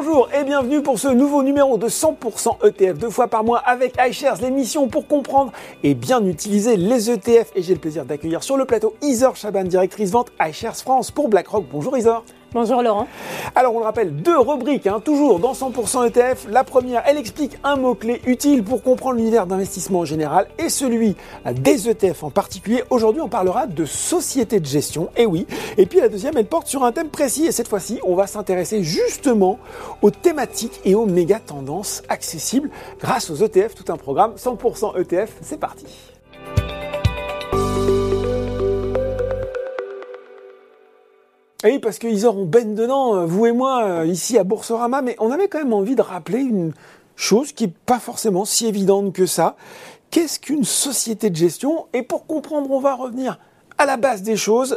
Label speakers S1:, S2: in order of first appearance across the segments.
S1: Bonjour et bienvenue pour ce nouveau numéro de 100% ETF, 2 fois par mois avec iShares, l'émission pour comprendre et bien utiliser les ETF. Et j'ai le plaisir d'accueillir sur le plateau Isor Chaban, directrice vente iShares France pour BlackRock. Bonjour Isor.
S2: Bonjour Laurent.
S1: Alors on le rappelle, 2 rubriques, toujours dans 100% ETF. La première, elle explique un mot-clé utile pour comprendre l'univers d'investissement en général et celui des ETF en particulier. Aujourd'hui, on parlera de sociétés de gestion, et oui. Et puis la deuxième, elle porte sur un thème précis et cette fois-ci, on va s'intéresser justement aux thématiques et aux méga tendances accessibles grâce aux ETF. Tout un programme 100% ETF, c'est parti. Oui, parce que Isor, on baigne dedans, vous et moi, ici à Boursorama, mais on avait quand même envie de rappeler une chose qui n'est pas forcément si évidente que ça. Qu'est-ce qu'une société de gestion ? Et pour comprendre, on va revenir à la base des choses,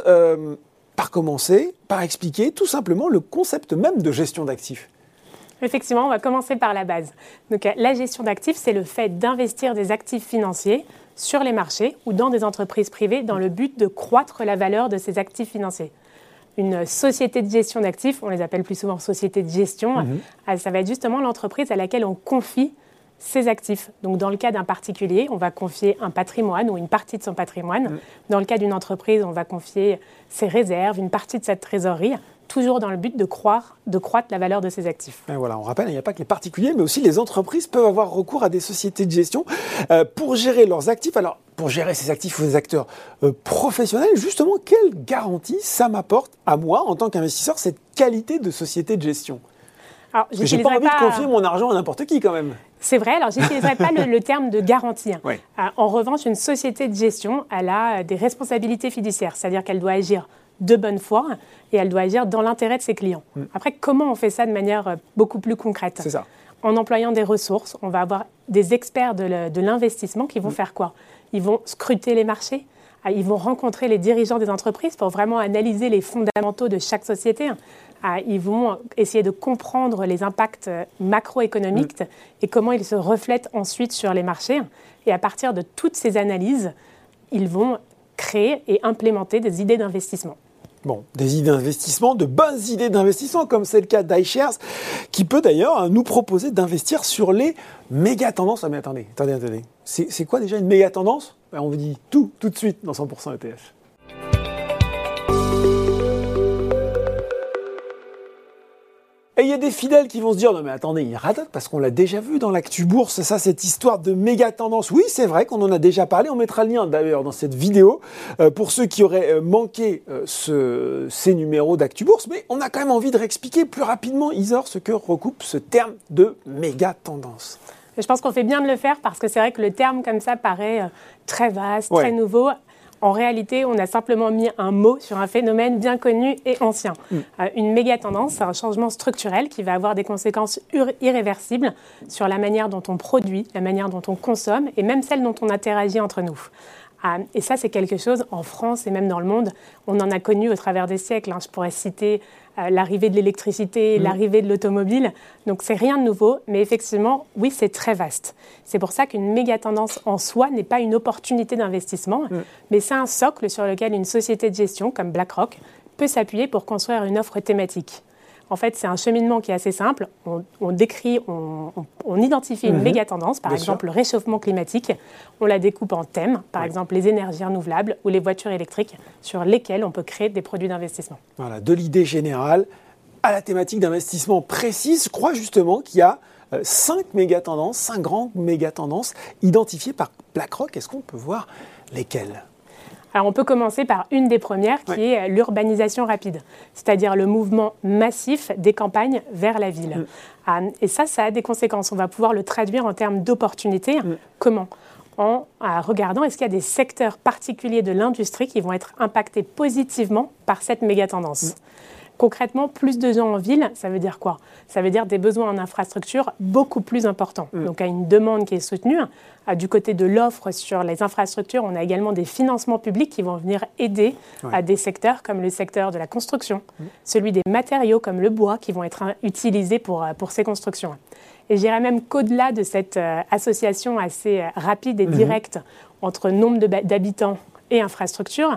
S1: par commencer, par expliquer tout simplement le concept même de gestion d'actifs.
S2: Effectivement, on va commencer par la base. Donc, la gestion d'actifs, c'est le fait d'investir des actifs financiers sur les marchés ou dans des entreprises privées dans le but de croître la valeur de ces actifs financiers. Une société de gestion d'actifs, on les appelle plus souvent société de gestion, ça va être justement l'entreprise à laquelle on confie ses actifs. Donc dans le cas d'un particulier, on va confier un patrimoine ou une partie de son patrimoine. Dans le cas d'une entreprise, on va confier ses réserves, une partie de sa trésorerie, toujours dans le but de croître la valeur de ses actifs.
S1: Et voilà, on rappelle, il n'y a pas que les particuliers, mais aussi les entreprises peuvent avoir recours à des sociétés de gestion pour gérer leurs actifs. Alors, pour gérer ces actifs, il faut des acteurs professionnels. Justement, quelle garantie ça m'apporte à moi, en tant qu'investisseur, cette qualité de société de gestion ?
S2: Alors,
S1: j'ai pas envie de confier mon argent à n'importe qui quand même.
S2: C'est vrai, alors je n'utiliserai pas le terme de garantie.
S1: Ouais.
S2: En revanche, une société de gestion, elle a des responsabilités fiduciaires, c'est-à-dire qu'elle doit agir de bonne foi et elle doit agir dans l'intérêt de ses clients. Après, comment on fait ça de manière beaucoup plus concrète ?
S1: C'est ça.
S2: En employant des ressources, on va avoir des experts de l'investissement qui vont faire quoi ? Ils vont scruter les marchés, ils vont rencontrer les dirigeants des entreprises pour vraiment analyser les fondamentaux de chaque société. Ils vont essayer de comprendre les impacts macroéconomiques et comment ils se reflètent ensuite sur les marchés. Et à partir de toutes ces analyses, ils vont créer et implémenter des idées d'investissement.
S1: Bon, des idées d'investissement, de bonnes idées d'investissement, comme c'est le cas d'iShares, qui peut d'ailleurs nous proposer d'investir sur les méga tendances. Ah mais attendez. C'est quoi déjà une méga tendance ? On vous dit tout de suite dans 100% ETF. Et il y a des fidèles qui vont se dire « Non mais attendez, il radote parce qu'on l'a déjà vu dans l'actu bourse, ça, cette histoire de méga tendance. » Oui, c'est vrai qu'on en a déjà parlé, on mettra le lien d'ailleurs dans cette vidéo pour ceux qui auraient manqué ces numéros d'actu bourse. Mais on a quand même envie de réexpliquer plus rapidement, Isor, ce que recoupe ce terme de méga tendance.
S2: Je pense qu'on fait bien de le faire parce que c'est vrai que le terme comme ça paraît très vaste, très nouveau. En réalité, on a simplement mis un mot sur un phénomène bien connu et ancien. Une méga tendance, c'est un changement structurel qui va avoir des conséquences irréversibles sur la manière dont on produit, la manière dont on consomme et même celle dont on interagit entre nous. Et ça, c'est quelque chose, en France et même dans le monde, on en a connu au travers des siècles. Je pourrais citer l'arrivée de l'électricité, l'arrivée de l'automobile. Donc, c'est rien de nouveau, mais effectivement, oui, c'est très vaste. C'est pour ça qu'une méga tendance en soi n'est pas une opportunité d'investissement, mais c'est un socle sur lequel une société de gestion comme BlackRock peut s'appuyer pour construire une offre thématique. En fait, c'est un cheminement qui est assez simple. On identifie une méga tendance, par exemple le réchauffement climatique. On la découpe en thèmes, par exemple les énergies renouvelables ou les voitures électriques, sur lesquelles on peut créer des produits d'investissement.
S1: Voilà, de l'idée générale à la thématique d'investissement précise. Je crois justement qu'il y a 5 grandes méga tendances identifiées par BlackRock. Est-ce qu'on peut voir lesquelles ?
S2: Alors, on peut commencer par une des premières qui est l'urbanisation rapide, c'est-à-dire le mouvement massif des campagnes vers la ville. Et ça a des conséquences. On va pouvoir le traduire en termes d'opportunités. Comment ? En regardant est-ce qu'il y a des secteurs particuliers de l'industrie qui vont être impactés positivement par cette méga tendance. Concrètement, plus de gens en ville, ça veut dire quoi ? Ça veut dire des besoins en infrastructure beaucoup plus importants. Donc, à une demande qui est soutenue. Du côté de l'offre sur les infrastructures, on a également des financements publics qui vont venir aider à des secteurs comme le secteur de la construction, celui des matériaux comme le bois qui vont être utilisés pour ces constructions. Et je dirais même qu'au-delà de cette association assez rapide et directe entre nombre d'habitants et infrastructures,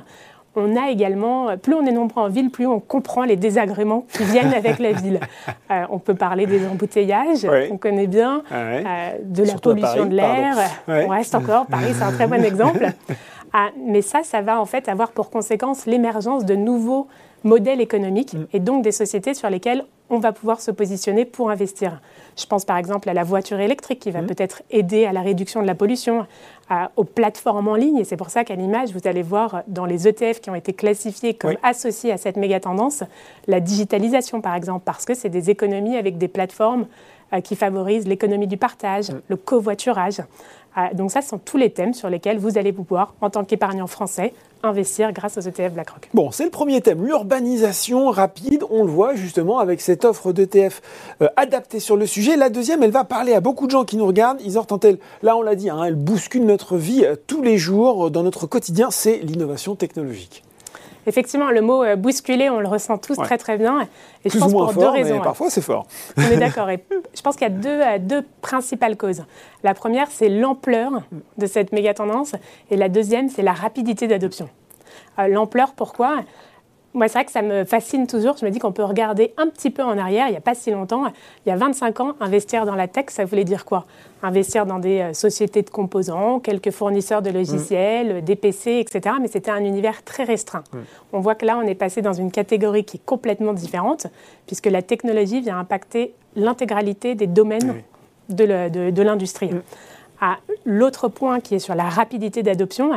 S2: on a également, plus on est nombreux en ville, plus on comprend les désagréments qui viennent avec la ville. On peut parler des embouteillages, on connaît bien, de la pollution de l'air. On reste encore, Paris, c'est un très bon exemple. Mais ça va en fait avoir pour conséquence l'émergence de nouveaux modèles économiques et donc des sociétés sur lesquelles on va pouvoir se positionner pour investir. Je pense par exemple à la voiture électrique qui va peut-être aider à la réduction de la pollution, aux plateformes en ligne. Et c'est pour ça qu'à l'image, vous allez voir dans les ETF qui ont été classifiés comme associés à cette méga tendance, la digitalisation par exemple, parce que c'est des économies avec des plateformes qui favorisent l'économie du partage, le covoiturage. Donc ça, ce sont tous les thèmes sur lesquels vous allez pouvoir, en tant qu'épargnant français, investir grâce aux ETF BlackRock.
S1: Bon, c'est le premier thème, l'urbanisation rapide. On le voit justement avec cette offre d'ETF adaptée sur le sujet. La deuxième, elle va parler à beaucoup de gens qui nous regardent. Isor Tantel, là on l'a dit, elle bouscule notre vie tous les jours, dans notre quotidien, c'est l'innovation technologique.
S2: Effectivement, le mot bousculer, on le ressent tous très très bien. Et
S1: Plus je pense
S2: ou moins
S1: pour
S2: fort, 2 raisons.
S1: Mais parfois c'est fort.
S2: On est d'accord. Et je pense qu'il y a deux principales causes. La première, c'est l'ampleur de cette méga tendance. Et la deuxième, c'est la rapidité d'adoption. L'ampleur, pourquoi ? Moi, c'est vrai que ça me fascine toujours. Je me dis qu'on peut regarder un petit peu en arrière. Il n'y a pas si longtemps, il y a 25 ans, investir dans la tech, ça voulait dire quoi ? Investir dans des sociétés de composants, quelques fournisseurs de logiciels, des PC, etc. Mais c'était un univers très restreint. On voit que là, on est passé dans une catégorie qui est complètement différente, puisque la technologie vient impacter l'intégralité des domaines de l'industrie. L'autre point qui est sur la rapidité d'adoption,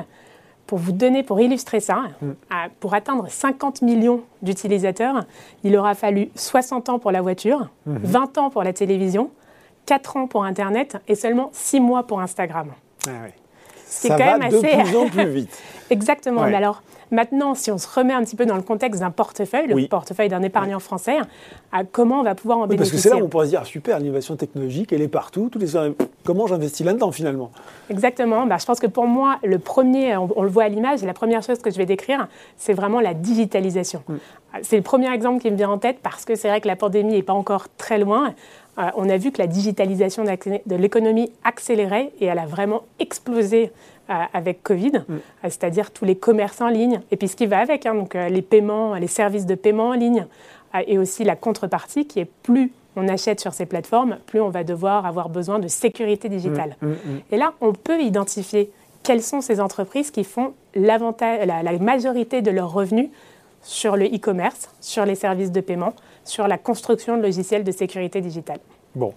S2: pour illustrer ça, pour atteindre 50 millions d'utilisateurs, il aura fallu 60 ans pour la voiture, 20 ans pour la télévision, 4 ans pour Internet et seulement 6 mois pour Instagram.
S1: C'est quand même assez... de plus en plus vite.
S2: Exactement. Mais alors, maintenant, si on se remet un petit peu dans le contexte d'un portefeuille, le portefeuille d'un épargnant français, comment on va pouvoir en bénéficier ?
S1: Parce que c'est là où on pourrait se dire, super, l'innovation technologique, elle est partout. Comment j'investis là-dedans, finalement ?
S2: Exactement. Je pense que pour moi, le premier, on le voit à l'image, la première chose que je vais décrire, c'est vraiment la digitalisation. C'est le premier exemple qui me vient en tête parce que c'est vrai que la pandémie n'est pas encore très loin. On a vu que la digitalisation de l'économie accélérait et elle a vraiment explosé avec Covid, c'est-à-dire tous les commerces en ligne et puis ce qui va avec, donc les paiements, les services de paiement en ligne et aussi la contrepartie qui est plus on achète sur ces plateformes, plus on va devoir avoir besoin de sécurité digitale. Et là, on peut identifier quelles sont ces entreprises qui font la majorité de leurs revenus sur le e-commerce, sur les services de paiement, sur la construction de logiciels de sécurité digitale.
S1: Bon,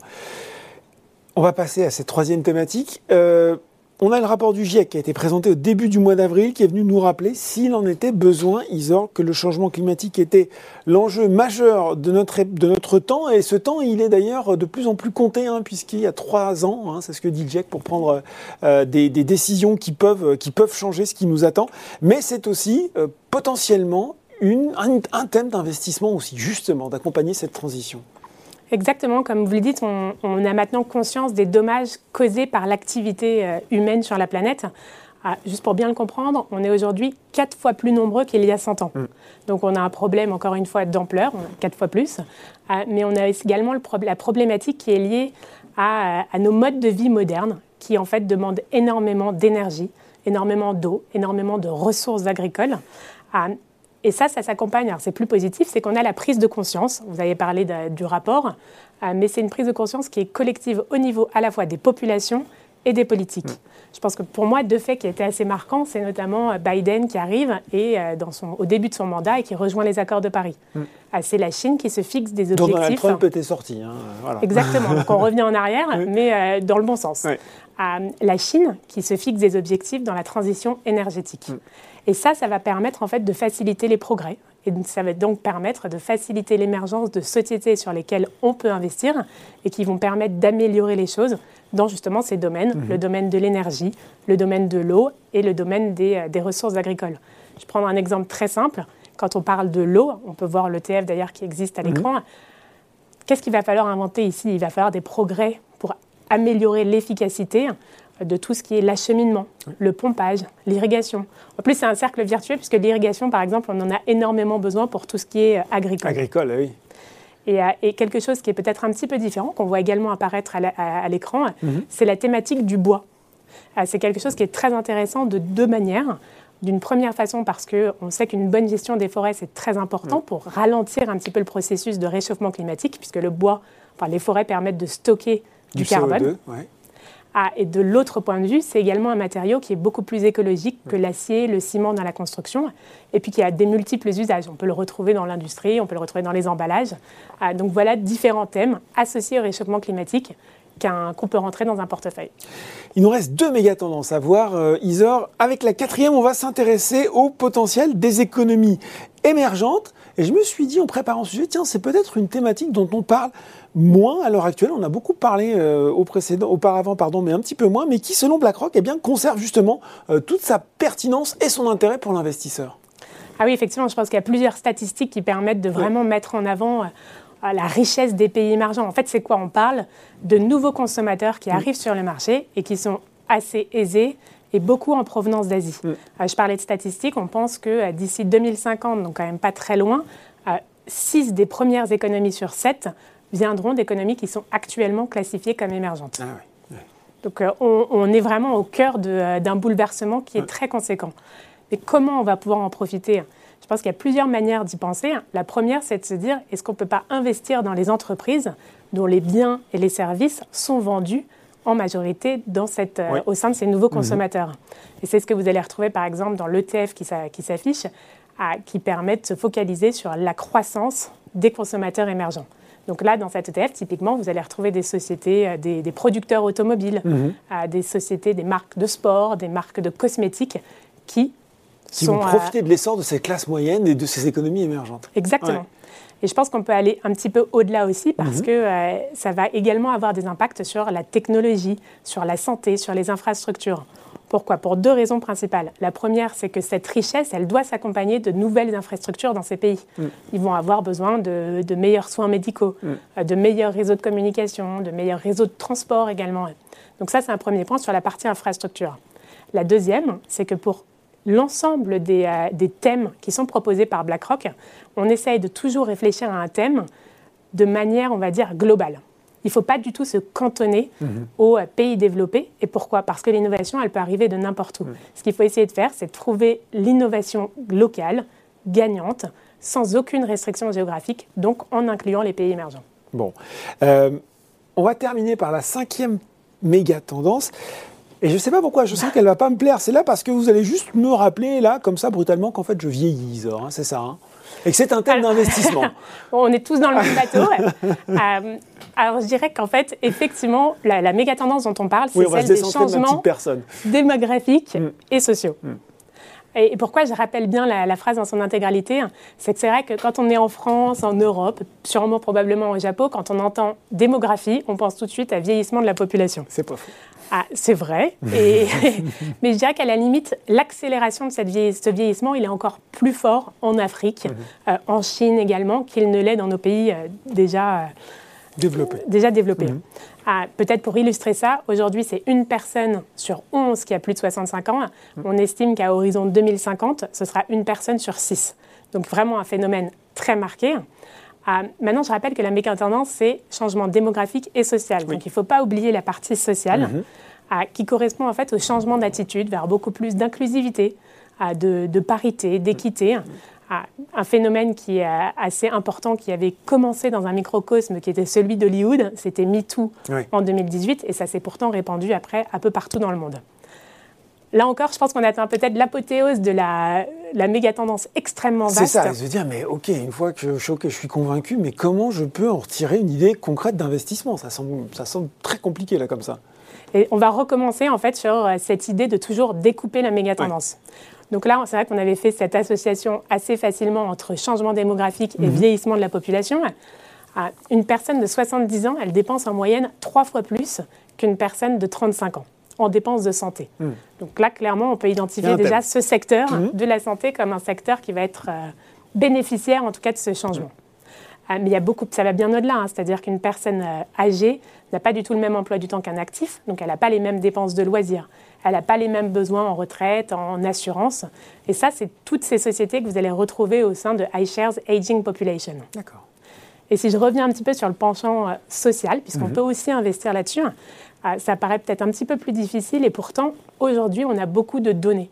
S1: on va passer à cette troisième thématique. On a le rapport du GIEC qui a été présenté au début du mois d'avril, qui est venu nous rappeler s'il en était besoin, Isor, que le changement climatique était l'enjeu majeur de notre temps. Et ce temps, il est d'ailleurs de plus en plus compté, puisqu'il y a 3 ans, c'est ce que dit le GIEC, pour prendre des décisions qui peuvent changer ce qui nous attend. Mais c'est aussi potentiellement un thème d'investissement aussi, justement, d'accompagner cette transition.
S2: Exactement, comme vous le dites, on a maintenant conscience des dommages causés par l'activité humaine sur la planète. Juste pour bien le comprendre, on est aujourd'hui 4 fois plus nombreux qu'il y a 100 ans. Donc on a un problème, encore une fois, d'ampleur, 4 fois plus. Mais on a également la problématique qui est liée à nos modes de vie modernes, qui en fait demandent énormément d'énergie, énormément d'eau, énormément de ressources agricoles. Et ça s'accompagne, alors c'est plus positif, c'est qu'on a la prise de conscience, vous avez parlé du rapport, mais c'est une prise de conscience qui est collective au niveau à la fois des populations et des politiques. Je pense que pour moi, 2 faits qui étaient assez marquants, c'est notamment Biden qui arrive et au début de son mandat et qui rejoint les accords de Paris. C'est la Chine qui se fixe des objectifs.
S1: Donald Trump était sorti. Voilà.
S2: Exactement, donc on revient en arrière, mais dans le bon sens. La Chine qui se fixe des objectifs dans la transition énergétique. Et ça va permettre en fait de faciliter les progrès. Et ça va donc permettre de faciliter l'émergence de sociétés sur lesquelles on peut investir et qui vont permettre d'améliorer les choses dans justement ces domaines, le domaine de l'énergie, le domaine de l'eau et le domaine des ressources agricoles. Je vais prendre un exemple très simple. Quand on parle de l'eau, on peut voir l'ETF d'ailleurs qui existe à l'écran. Qu'est-ce qu'il va falloir inventer ici ? Il va falloir des progrès pour améliorer l'efficacité de tout ce qui est l'acheminement, le pompage, l'irrigation. En plus, c'est un cercle vertueux puisque l'irrigation, par exemple, on en a énormément besoin pour tout ce qui est agricole.
S1: Agricole, oui.
S2: Et quelque chose qui est peut-être un petit peu différent, qu'on voit également apparaître à l'écran, c'est la thématique du bois. C'est quelque chose qui est très intéressant de 2 manières. D'une première façon, parce qu'on sait qu'une bonne gestion des forêts, c'est très important pour ralentir un petit peu le processus de réchauffement climatique, puisque les forêts permettent de stocker du carbone.
S1: CO2, ouais.
S2: Et de l'autre point de vue, c'est également un matériau qui est beaucoup plus écologique que l'acier, le ciment dans la construction, et puis qui a des multiples usages. On peut le retrouver dans l'industrie, on peut le retrouver dans les emballages. Donc voilà différents thèmes associés au réchauffement climatique qu'on peut rentrer dans un portefeuille.
S1: Il nous reste 2 méga-tendances à voir, Isor. Avec la 4e, on va s'intéresser au potentiel des économies émergentes. Et je me suis dit en préparant ce sujet, tiens, c'est peut-être une thématique dont on parle moins à l'heure actuelle. On a beaucoup parlé auparavant, mais un petit peu moins, mais qui, selon BlackRock, conserve justement toute sa pertinence et son intérêt pour l'investisseur.
S2: Ah oui, effectivement, je pense qu'il y a plusieurs statistiques qui permettent de vraiment mettre en avant la richesse des pays émergents. En fait, c'est quoi? On parle de nouveaux consommateurs qui arrivent sur le marché et qui sont assez aisés et beaucoup en provenance d'Asie. Je parlais de statistiques, on pense que d'ici 2050, donc quand même pas très loin, 6 des premières économies sur 7 viendront d'économies qui sont actuellement classifiées comme émergentes.
S1: Ah oui.
S2: Donc on est vraiment au cœur d'un bouleversement qui est très conséquent. Mais comment on va pouvoir en profiter? Je pense qu'il y a plusieurs manières d'y penser. La première, c'est de se dire, est-ce qu'on ne peut pas investir dans les entreprises dont les biens et les services sont vendus en majorité au sein de ces nouveaux consommateurs. Et c'est ce que vous allez retrouver, par exemple, dans l'ETF qui s'affiche, qui permet de se focaliser sur la croissance des consommateurs émergents. Donc là, dans cet ETF, typiquement, vous allez retrouver des sociétés, des producteurs automobiles, des sociétés, des marques de sport, des marques de cosmétiques qui
S1: vont profiter de l'essor de ces classes moyennes et de ces économies émergentes.
S2: Exactement. Ouais. Et je pense qu'on peut aller un petit peu au-delà aussi parce que ça va également avoir des impacts sur la technologie, sur la santé, sur les infrastructures. Pourquoi? Pour 2 raisons principales. La première, c'est que cette richesse, elle doit s'accompagner de nouvelles infrastructures dans ces pays. Ils vont avoir besoin de meilleurs soins médicaux, de meilleurs réseaux de communication, de meilleurs réseaux de transport également. Donc ça, c'est un premier point sur la partie infrastructure. La deuxième, c'est que pour l'ensemble des thèmes qui sont proposés par BlackRock, on essaye de toujours réfléchir à un thème de manière, on va dire, globale. Il ne faut pas du tout se cantonner aux pays développés. Et pourquoi? Parce que l'innovation, elle peut arriver de n'importe où. Ce qu'il faut essayer de faire, c'est de trouver l'innovation locale, gagnante, sans aucune restriction géographique, donc en incluant les pays émergents.
S1: Bon. On va terminer par la 5e méga tendance. Et je ne sais pas pourquoi, je sens qu'elle ne va pas me plaire. C'est là parce que vous allez juste me rappeler, là, comme ça, brutalement, qu'en fait, je vieillis, Isor, c'est ça, hein, et que c'est un thème d'investissement.
S2: On est tous dans le même bateau. Alors, je dirais qu'en fait, effectivement, la méga tendance dont on parle, c'est celle des changements démographiques et sociaux. Et pourquoi je rappelle bien la phrase dans son intégralité, c'est que c'est vrai que quand on est en France, en Europe, sûrement probablement au Japon, quand on entend démographie, on pense tout de suite à vieillissement de la population.
S1: C'est pas faux.
S2: C'est vrai, mais je dirais qu'à la limite, l'accélération de ce vieillissement, il est encore plus fort en Afrique, en Chine également, qu'il ne l'est dans nos pays déjà développés. Peut-être pour illustrer ça, aujourd'hui, c'est 1 personne sur 11 qui a plus de 65 ans. On estime qu'à horizon 2050, ce sera 1 personne sur 6. Donc vraiment un phénomène très marqué. Maintenant, je rappelle que la méga tendance, c'est changement démographique et social. Donc il ne faut pas oublier la partie sociale qui correspond en fait au changement d'attitude vers beaucoup plus d'inclusivité, de parité, d'équité. Un phénomène qui est assez important, qui avait commencé dans un microcosme qui était celui d'Hollywood, c'était MeToo en 2018, et ça s'est pourtant répandu après un peu partout dans le monde. Là encore, je pense qu'on atteint peut-être l'apothéose de la méga tendance extrêmement vaste.
S1: C'est ça, je veux dire, mais ok, une fois que je suis convaincu, mais comment je peux en retirer une idée concrète d'investissement? Ça semble très compliqué là comme ça.
S2: Et on va recommencer en fait sur cette idée de toujours découper la méga tendance. Donc là, c'est vrai qu'on avait fait cette association assez facilement entre changement démographique et vieillissement de la population. Une personne de 70 ans, elle dépense en moyenne 3 fois plus qu'une personne de 35 ans en dépenses de santé. Donc là, clairement, on peut identifier déjà ce secteur de la santé comme un secteur qui va être bénéficiaire, en tout cas, de ce changement. Mais il y a ça va bien au-delà, c'est-à-dire qu'une personne âgée n'a pas du tout le même emploi du temps qu'un actif, donc elle n'a pas les mêmes dépenses de loisirs, elle n'a pas les mêmes besoins en retraite, en assurance. Et ça, c'est toutes ces sociétés que vous allez retrouver au sein de iShares Aging Population.
S1: D'accord.
S2: Et si je reviens un petit peu sur le penchant social, puisqu'on peut aussi investir là-dessus, ça paraît peut-être un petit peu plus difficile et pourtant, aujourd'hui, on a beaucoup de données.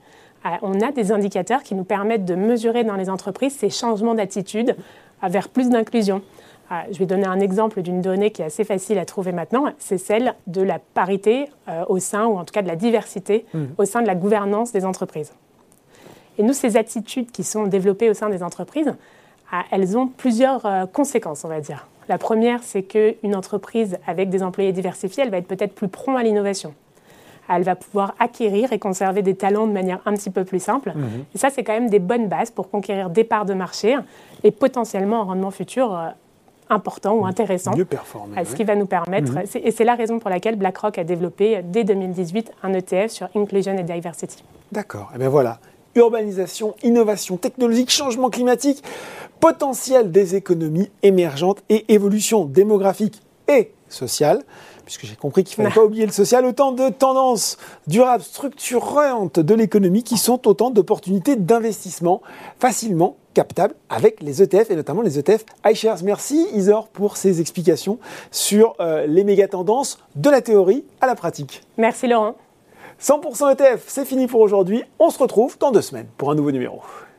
S2: on a des indicateurs qui nous permettent de mesurer dans les entreprises ces changements d'attitude vers plus d'inclusion. Je vais donner un exemple d'une donnée qui est assez facile à trouver maintenant, c'est celle de la parité au sein, ou en tout cas de la diversité au sein de la gouvernance des entreprises. Et nous, ces attitudes qui sont développées au sein des entreprises, elles ont plusieurs conséquences, on va dire. La première, c'est qu'une entreprise avec des employés diversifiés, elle va être peut-être plus prompte à l'innovation. Elle va pouvoir acquérir et conserver des talents de manière un petit peu plus simple. Et ça, c'est quand même des bonnes bases pour conquérir des parts de marché et potentiellement un rendement futur important ou intéressant.
S1: Mieux performer.
S2: Ce qui va nous permettre, et c'est la raison pour laquelle BlackRock a développé dès 2018 un ETF sur Inclusion et Diversity.
S1: D'accord, et bien voilà. Urbanisation, innovation technologique, changement climatique, potentiel des économies émergentes et évolution démographique et sociale, puisque j'ai compris qu'il ne fallait pas oublier le social, autant de tendances durables, structurantes de l'économie qui sont autant d'opportunités d'investissement facilement captables avec les ETF et notamment les ETF iShares. Merci Isor pour ces explications sur les méga-tendances de la théorie à la pratique.
S2: Merci Laurent.
S1: 100% ETF, c'est fini pour aujourd'hui. On se retrouve dans 2 semaines pour un nouveau numéro.